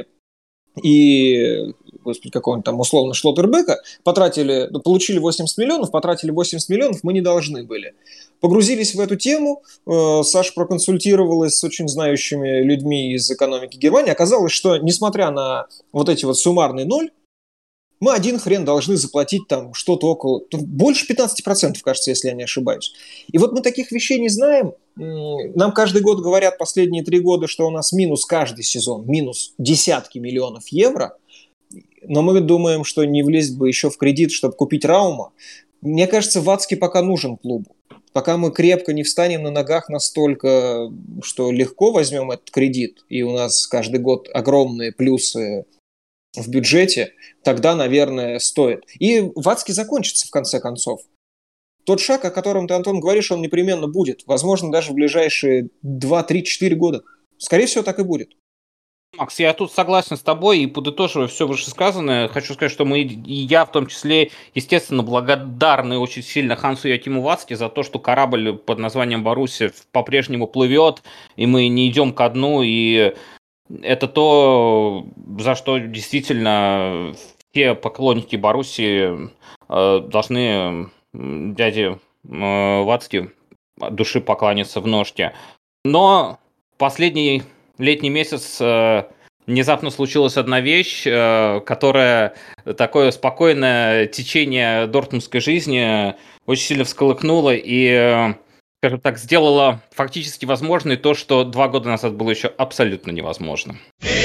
Speaker 2: и, господи, какого-нибудь там условно Шлоттербека, получили 80 миллионов, потратили 80 миллионов, мы не должны были. Погрузились в эту тему, Саша проконсультировалась с очень знающими людьми из экономики Германии. Оказалось, что несмотря на вот эти вот суммарные ноль, мы один хрен должны заплатить там что-то около, больше 15%, кажется, если я не ошибаюсь. И вот мы таких вещей не знаем. Нам каждый год говорят последние 3 года, что у нас минус каждый сезон, минус десятки миллионов евро. Но мы думаем, что не влезть бы еще в кредит, чтобы купить Раума. Мне кажется, Вацке пока нужен клубу. Пока мы крепко не встанем на ногах настолько, что легко возьмем этот кредит, и у нас каждый год огромные плюсы в бюджете, тогда, наверное, стоит. И Вацке закончится в конце концов. Тот шаг, о котором ты, Антон, говоришь, он непременно будет. Возможно, даже в ближайшие 2, 3, 4 года. Скорее всего, так и будет.
Speaker 1: Макс, я тут согласен с тобой и подытоживая все вышесказанное, хочу сказать, что мы, и я в том числе, естественно, благодарны очень сильно Хансу Йоахиму Вацке за то, что корабль под названием Боруссия по-прежнему плывет, и мы не идем ко дну, и это то, за что действительно все поклонники Боруссии должны дяде Вацке от души покланяться в ножки. Но последний летний месяц внезапно случилась одна вещь, которая такое спокойное течение дортмундской жизни очень сильно всколыхнула и, скажем так, сделала фактически возможным то, что 2 года назад было еще абсолютно невозможно.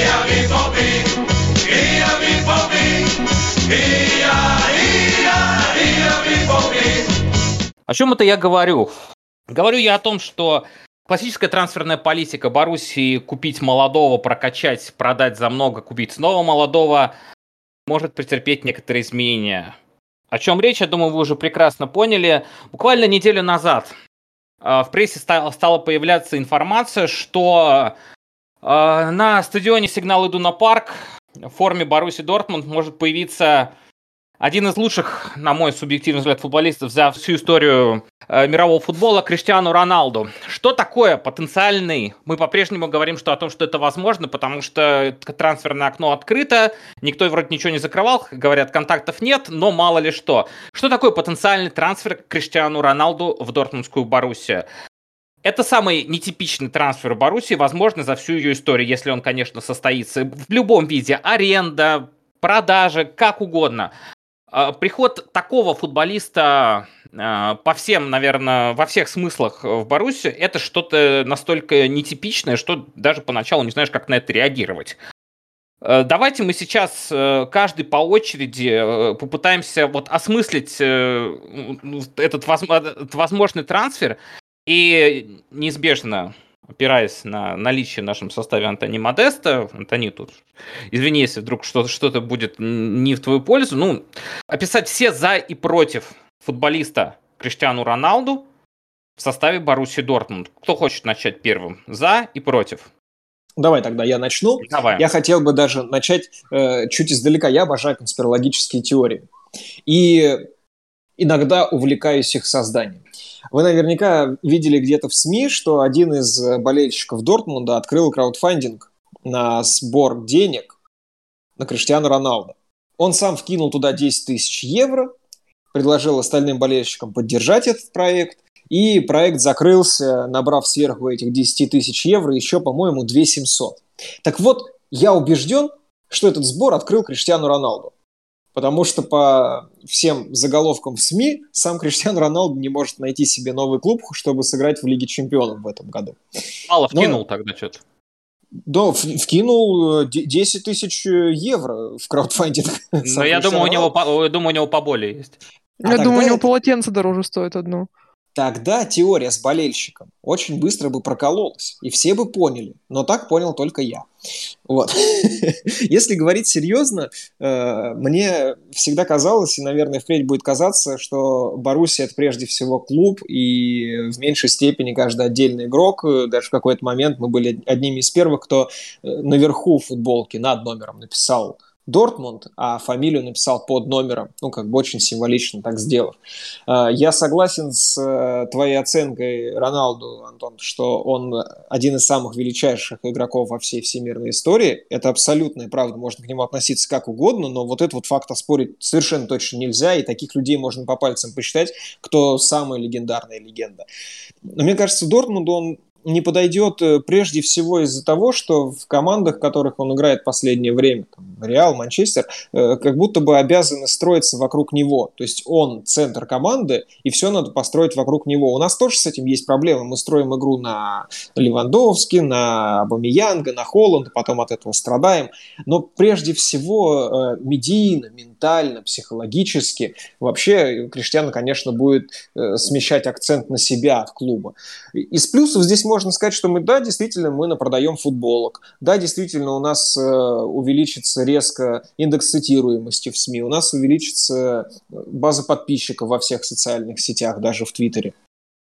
Speaker 1: О чем это я говорю? Говорю я о том, что классическая трансферная политика Боруссии купить молодого, прокачать, продать за много, купить снова молодого может претерпеть некоторые изменения. О чем речь, я думаю, вы уже прекрасно поняли. Буквально неделю назад в прессе стала появляться информация, что на стадионе Сигнал Идуна Парк в форме Боруссии Дортмунд может появиться один из лучших, на мой субъективный взгляд, футболистов за всю историю мирового футбола Криштиану Роналду. Что такое потенциальный? Мы по-прежнему говорим о том, что это возможно, потому что трансферное окно открыто, никто вроде ничего не закрывал, говорят, контактов нет, но мало ли что. Что такое потенциальный трансфер Криштиану Роналду в дортмундскую Боруссию? Это самый нетипичный трансфер Боруссии, возможно, за всю ее историю, если он, конечно, состоится в любом виде. Аренда, продажа, как угодно. Приход такого футболиста по всем, наверное, во всех смыслах в Боруссию, это что-то настолько нетипичное, что даже поначалу не знаешь, как на это реагировать. Давайте мы сейчас каждый по очереди попытаемся осмыслить этот возможный трансфер и неизбежно, опираясь на наличие в нашем составе Антони Модеста, Антони, тут извини, если вдруг что-то будет не в твою пользу, описать все за и против футболиста Криштиану Роналду в составе Боруссии Дортмунд. Кто хочет начать первым? За и против?
Speaker 2: Давай тогда я начну.
Speaker 1: Давай.
Speaker 2: Я хотел бы даже начать чуть издалека. Я обожаю конспирологические теории. И иногда увлекаюсь их созданием. Вы наверняка видели где-то в СМИ, что один из болельщиков Дортмунда открыл краудфандинг на сбор денег на Криштиану Роналду. Он сам вкинул туда 10 тысяч евро, предложил остальным болельщикам поддержать этот проект, и проект закрылся, набрав сверху этих 10 тысяч евро еще, по-моему, 2700. Так вот, я убежден, что этот сбор открыл Криштиану Роналду. Потому что по всем заголовкам в СМИ сам Криштиану Роналду не может найти себе новый клуб, чтобы сыграть в Лиге Чемпионов в этом году.
Speaker 1: Мало вкинул тогда что-то.
Speaker 2: Да, вкинул 10 тысяч евро в краудфандинг.
Speaker 1: Но я думаю, у него поболее есть.
Speaker 3: Я думаю, у него полотенце дороже стоит одно.
Speaker 2: тогда теория с болельщиком очень быстро бы прокололась, и все бы поняли. Но так понял только я. Вот. Если говорить серьезно, мне всегда казалось, и, наверное, впредь будет казаться, что Боруссия – это прежде всего клуб, и в меньшей степени каждый отдельный игрок. Даже в какой-то момент мы были одними из первых, кто наверху футболки над номером написал Дортмунд, а фамилию написал под номером, ну, как бы очень символично так сделав. Я согласен с твоей оценкой Роналду, Антон, что он один из самых величайших игроков во всей всемирной истории. Это абсолютная правда, можно к нему относиться как угодно, но вот этот вот факт оспорить совершенно точно нельзя, и таких людей можно по пальцам посчитать, кто самая легендарная легенда. Но мне кажется, Дортмунду он не подойдет прежде всего из-за того, что в командах, в которых он играет в последнее время, там, Реал, Манчестер, как будто бы обязаны строиться вокруг него. То есть он центр команды, и все надо построить вокруг него. У нас тоже с этим есть проблемы. Мы строим игру на Левандовски, на Абамеянга, на Холланда, потом от этого страдаем. Но прежде всего медийно, ментально, психологически вообще Криштиану, конечно, будет смещать акцент на себя от клуба. Из плюсов здесь можно сказать, что мы, да, действительно, мы напродаем футболок. Да, действительно, у нас увеличится резко индекс цитируемости в СМИ. У нас увеличится база подписчиков во всех социальных сетях, даже в Твиттере.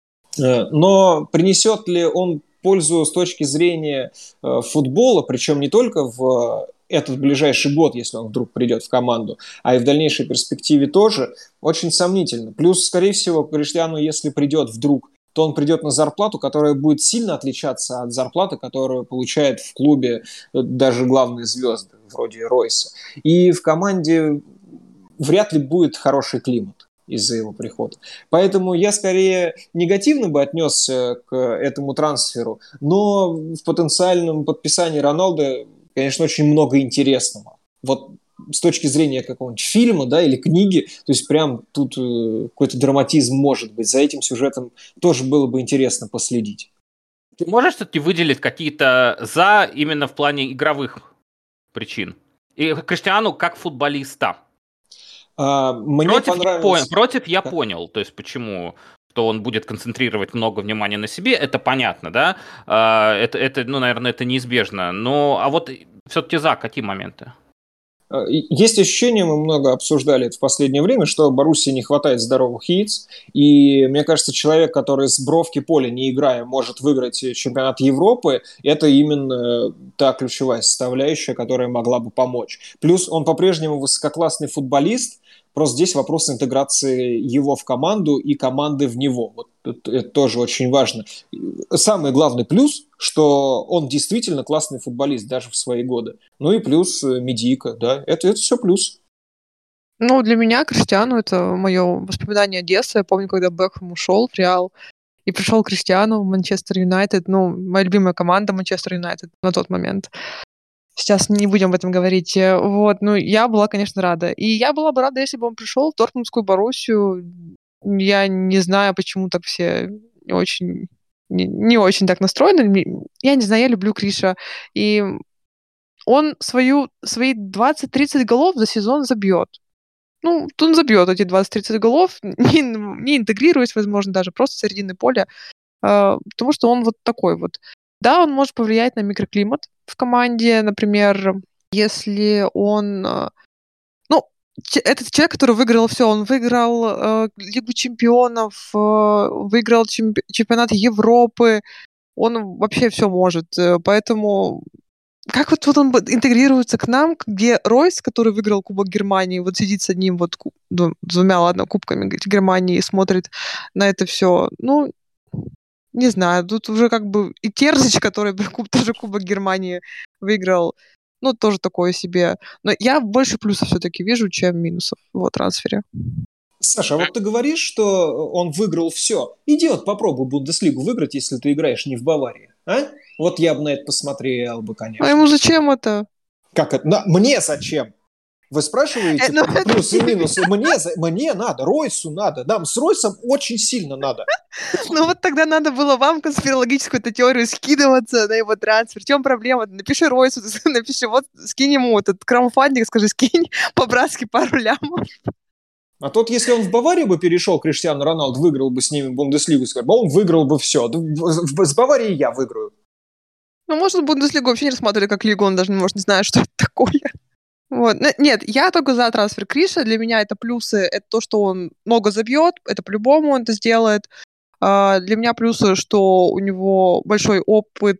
Speaker 2: Но принесет ли он пользу с точки зрения футбола, причем не только в этот ближайший год, если он вдруг придет в команду, а и в дальнейшей перспективе тоже, очень сомнительно. Плюс, скорее всего, Криштиану, если придет вдруг, то он придет на зарплату, которая будет сильно отличаться от зарплаты, которую получает в клубе даже главные звезды, вроде Ройса. И в команде вряд ли будет хороший климат из-за его прихода. Поэтому я скорее негативно бы отнесся к этому трансферу, но в потенциальном подписании Роналду, конечно, очень много интересного. Вот с точки зрения какого-нибудь фильма, да, или книги, то есть прям тут какой-то драматизм может быть. За этим сюжетом тоже было бы интересно последить.
Speaker 1: Ты можешь, кстати, выделить какие-то за именно в плане игровых причин? И Криштиану как футболиста?
Speaker 2: Мне понравилось...
Speaker 1: Против я понял, то есть почему... что он будет концентрировать много внимания на себе, это понятно, да? Это, ну, наверное, это неизбежно. Но, а вот все-таки за какие моменты?
Speaker 2: Есть ощущение, мы много обсуждали это в последнее время, что Боруссии не хватает здоровых яиц, и мне кажется, человек, который с бровки поля, не играя, может выиграть чемпионат Европы, это именно та ключевая составляющая, которая могла бы помочь. Плюс он по-прежнему высококлассный футболист, просто здесь вопрос интеграции его в команду и команды в него. Вот это тоже очень важно. Самый главный плюс, что он действительно классный футболист даже в свои годы. Ну и плюс медийка, да, это все плюс.
Speaker 3: Ну, для меня Криштиану — это мое воспоминание детства. Я помню, когда Бекхэм ушел в Реал, и пришел Криштиану в Манчестер Юнайтед. Ну, моя любимая команда Манчестер Юнайтед на тот момент. Сейчас не будем об этом говорить. Вот, ну, я была, конечно, рада. И я была бы рада, если бы он пришел в Дортмундскую Боруссию. Я не знаю, почему так все не очень так настроены. Я не знаю, я люблю Криша. И он свои 20-30 голов за сезон забьет. Ну, он забьет эти 20-30 голов, не интегрируясь, возможно, даже просто с середины поля, потому что он вот такой вот. Да, он может повлиять на микроклимат в команде, например, если он... Ну, этот человек, который выиграл все, он выиграл Лигу чемпионов, выиграл чемпионат Европы, он вообще все может, поэтому... Как вот он интегрируется к нам, где Ройс, который выиграл Кубок Германии, вот сидит с одним вот двумя, ладно, кубками Германии и смотрит на это все. Ну, не знаю, тут уже как бы и Терзич, который тоже Кубок Германии выиграл, ну, тоже такое себе. Но я больше плюсов все-таки вижу, чем минусов в его трансфере.
Speaker 2: Саша, а вот ты говоришь, что он выиграл все. Иди вот попробуй Бундеслигу выиграть, если ты играешь не в Баварии. А? Вот я бы на это посмотрел бы, конечно.
Speaker 3: А ему зачем это?
Speaker 2: Как это? Мне зачем? Вы спрашиваете плюсы и минусы? Мне надо, Ройсу надо. Нам с Ройсом очень сильно надо.
Speaker 3: Ну вот тогда надо было вам конспирологическую эту теорию скидываться на его трансфер. В чем проблема? Напиши Ройсу, напиши, вот скинь ему этот краудфандинг, скажи, скинь по-братски пару лямов.
Speaker 2: А тот, если он в Баварию бы перешел, Криштиану Роналду, выиграл бы с ними Бундеслигу, он выиграл бы все. С Баварией я выиграю.
Speaker 3: Ну, может, Бундеслигу вообще не рассматривали как лигу, он даже, может, не знает, что это такое. Вот. Нет, я только за трансфер Криша. Для меня это плюсы. Это то, что он много забьет. Это по-любому он это сделает. Для меня плюсы, что у него большой опыт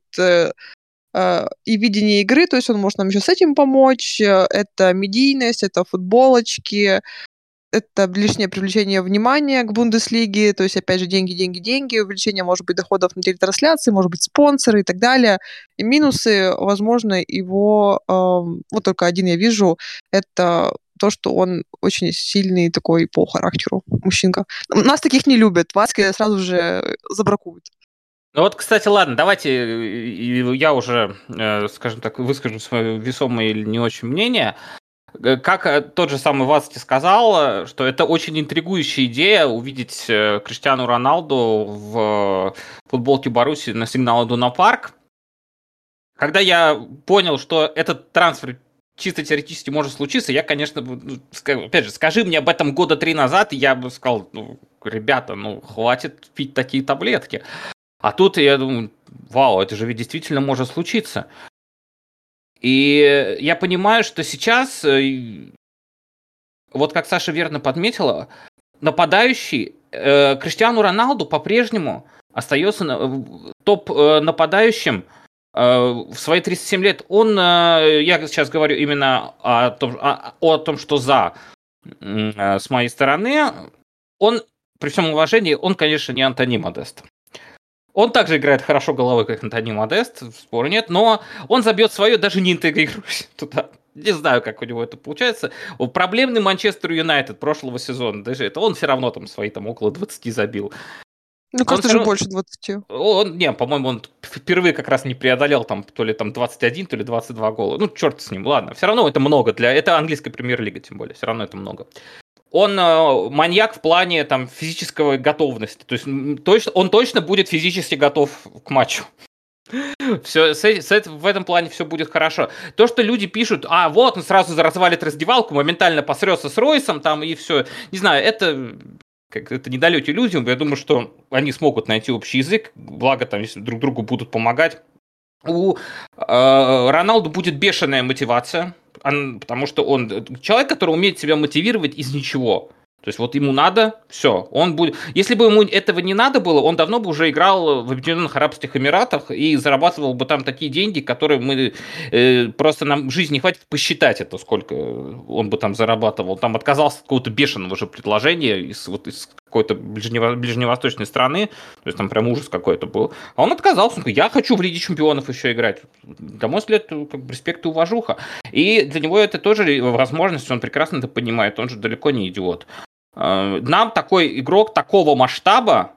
Speaker 3: и видение игры. То есть он может нам еще с этим помочь. Это медийность, это футболочки, это лишнее привлечение внимания к Бундеслиге, то есть, опять же, деньги, деньги, деньги, увеличение, может быть, доходов на телетрансляции, может быть, спонсоры и так далее. И минусы, возможно, его, вот только один я вижу, это то, что он очень сильный такой по характеру мужчинка. Нас таких не любят, Васька сразу же забракуют.
Speaker 1: Ну вот, кстати, ладно, давайте я уже, скажем так, выскажу свое весомое или не очень мнение. Как тот же самый Вацки сказал, что это очень интригующая идея увидеть Криштиану Роналду в футболке Боруссии на сигнал Идуна Парк. Когда я понял, что этот трансфер чисто теоретически может случиться, я, конечно, опять же, скажи мне об этом года 3 назад, и я бы сказал, ребята, хватит пить такие таблетки. А тут я думаю, вау, это же ведь действительно может случиться. И я понимаю, что сейчас, вот как Саша верно подметила, нападающий Криштиану Роналду по-прежнему остается топ-нападающим в свои 37 лет. Я сейчас говорю именно о том, что с моей стороны, он, при всем уважении, он, конечно, не Антони Модест. Он также играет хорошо головой, как Антони Модест, спора нет, но он забьет свое, даже не интегрируясь туда. Не знаю, как у него это получается. Проблемный Манчестер Юнайтед прошлого сезона, даже это он все равно там свои около 20 забил.
Speaker 3: Ну, кажется, же больше 20.
Speaker 1: По-моему, он впервые как раз не преодолел то ли 21, то ли 22 гола. Ну, черт с ним, ладно. Все равно это много. Это английская премьер-лига, тем более. Все равно это много. Он маньяк в плане физической готовности. То есть он точно будет физически готов к матчу. Все, в этом плане все будет хорошо. То, что люди пишут, вот он сразу развалит раздевалку, моментально посрется с Ройсом там и все. Не знаю, это недалекий иллюзиум. Я думаю, что они смогут найти общий язык, благо там, если друг другу будут помогать. У Роналду будет бешеная мотивация, потому что он человек, который умеет себя мотивировать из ничего. То есть вот ему надо, все, он будет. Если бы ему этого не надо было, он давно бы уже играл в Объединенных Арабских Эмиратах и зарабатывал бы там такие деньги, которые просто нам в жизни не хватит посчитать это, сколько он бы там зарабатывал. Там отказался от какого-то бешеного же предложения из какой-то ближневосточной страны, то есть там прям ужас какой-то был. А он отказался, он говорит, я хочу в Лиге Чемпионов еще играть. На мой взгляд, респект и уважуха. И для него это тоже возможность, он прекрасно это понимает, он же далеко не идиот. Нам такой игрок такого масштаба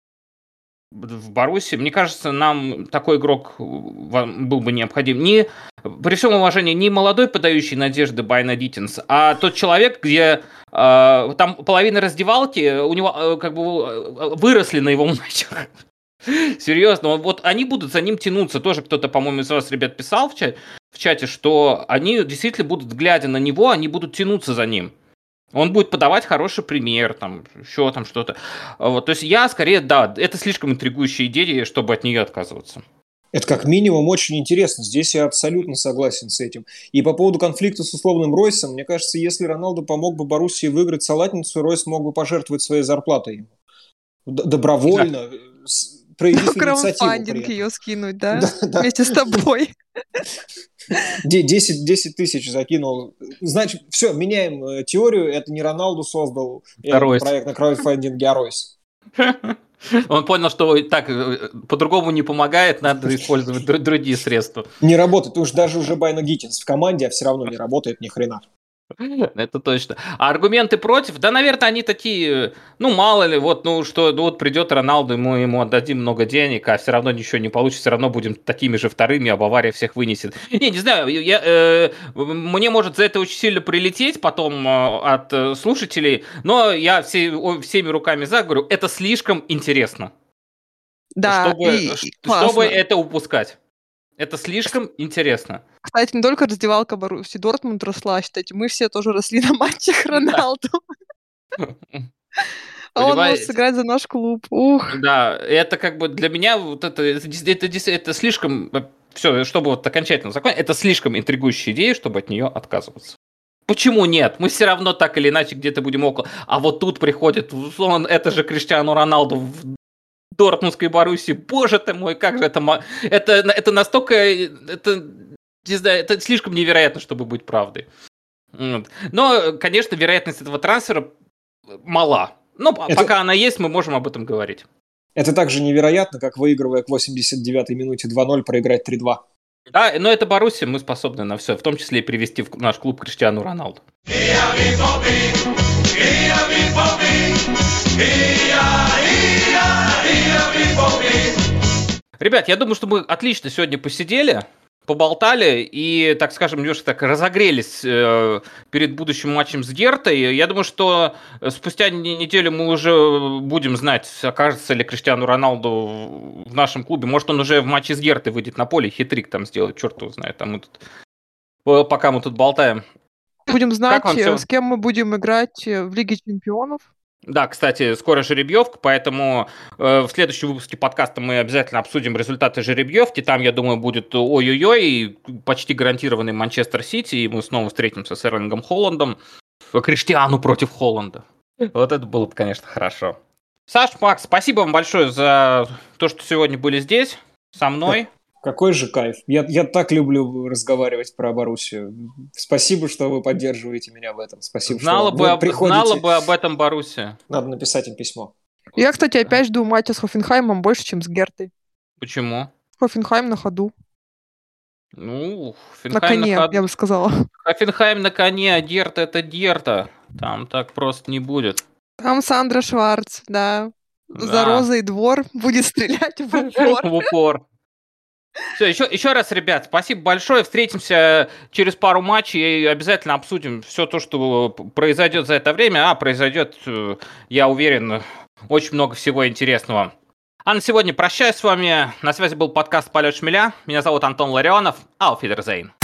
Speaker 1: в Боруссии, мне кажется, нам такой игрок был бы необходим. При всем уважении, не молодой подающий надежды Байна Диттенс, а тот человек, где там половина раздевалки у него выросли на его матчах. Серьезно, вот они будут за ним тянуться. Тоже кто-то, по-моему, из вас, ребят, писал в чате, что они действительно будут, глядя на него, они будут тянуться за ним. Он будет подавать хороший пример, еще что-то. Вот, то есть я скорее, это слишком интригующая идея, чтобы от нее отказываться.
Speaker 2: Это как минимум очень интересно. Здесь я абсолютно согласен с этим. И по поводу конфликта с условным Ройсом, мне кажется, если Роналду помог бы Боруссии выиграть салатницу, Ройс мог бы пожертвовать своей зарплатой ему. Добровольно. Да. Проявив
Speaker 3: краудфандинг ее скинуть, да? Вместе с тобой.
Speaker 2: 10 тысяч закинул. Значит, все, меняем теорию. Это не Роналду создал проект на краудфандинге, а Ройс.
Speaker 1: Он понял, что так по-другому не помогает, надо использовать другие средства.
Speaker 2: Не работает. Уж даже уже Байна Диттенс в команде, а все равно не работает ни хрена.
Speaker 1: Это точно. А аргументы против? Да, наверное, они такие, мало ли, вот придет Роналду, мы ему отдадим много денег, а все равно ничего не получится, все равно будем такими же вторыми, а Бавария всех вынесет. Не знаю, мне может за это очень сильно прилететь потом от слушателей, но я всеми руками за говорю, это слишком интересно.
Speaker 3: Да,
Speaker 1: чтобы это упускать. Это слишком интересно.
Speaker 3: Кстати, не только раздевалка Боруссии Дортмунд росла, считайте, мы все тоже росли на матчах Роналду. А он может
Speaker 1: Понимаете?
Speaker 3: сыграть за наш клуб. Ух.
Speaker 1: Да, это как бы для меня вот это слишком все, чтобы вот окончательно закончить, это слишком интригующая идея, чтобы от нее отказываться. Почему нет? Мы все равно так или иначе где-то будем около. А вот тут приходит, это же Криштиану Роналду в Дортмундской Боруссии. Боже ты мой, как же это настолько, это, не знаю, это слишком невероятно, чтобы быть правдой. Но, конечно, вероятность этого трансфера мала. Но пока она есть, мы можем об этом говорить.
Speaker 2: Это так же невероятно, как, выигрывая к 89-й минуте 2-0, проиграть 3-2.
Speaker 1: Да, но это Боруссия, мы способны на все, в том числе и привести в наш клуб Криштиану Роналду. Ребят, я думаю, что мы отлично сегодня посидели, поболтали и, так скажем, немножко так разогрелись перед будущим матчем с Гертой. Я думаю, что спустя неделю мы уже будем знать, окажется ли Криштиану Роналду в нашем клубе. Может, он уже в матче с Гертой выйдет на поле, хитрик там сделает, черт его знает. Там пока мы тут болтаем.
Speaker 3: Будем знать, с кем мы будем играть в Лиге Чемпионов.
Speaker 1: Да, кстати, скоро жеребьевка, поэтому в следующем выпуске подкаста мы обязательно обсудим результаты жеребьевки. Там, я думаю, будет ой-ой-ой, почти гарантированный Манчестер Сити, и мы снова встретимся с Эрлингом Холландом. Криштиану против Холланда. Вот это было бы, конечно, хорошо. Саш, Макс, спасибо вам большое за то, что сегодня были здесь, со мной.
Speaker 2: Какой же кайф. Я так люблю разговаривать про Боруссию. Спасибо, что вы поддерживаете меня в этом. Спасибо,
Speaker 1: знала бы об этом Боруссия.
Speaker 2: Надо написать им письмо.
Speaker 3: Я, кстати, опять жду матча с Хофенхаймом больше, чем с Гертой.
Speaker 1: Почему?
Speaker 3: Хофенхайм на ходу.
Speaker 1: Ну,
Speaker 3: на коне, я бы сказала.
Speaker 1: Хофенхайм на коне, а Герта это Герта. Там так просто не будет.
Speaker 3: Там Сандра Шварц, да. За розой двор будет стрелять в упор.
Speaker 1: В упор. Все, еще раз, ребят, спасибо большое. Встретимся через пару матчей и обязательно обсудим все то, что произойдет за это время. произойдет, я уверен, очень много всего интересного. А на сегодня прощаюсь с вами. На связи был подкаст «Полет шмеля». Меня зовут Антон Ларионов. Auf Wiedersehen.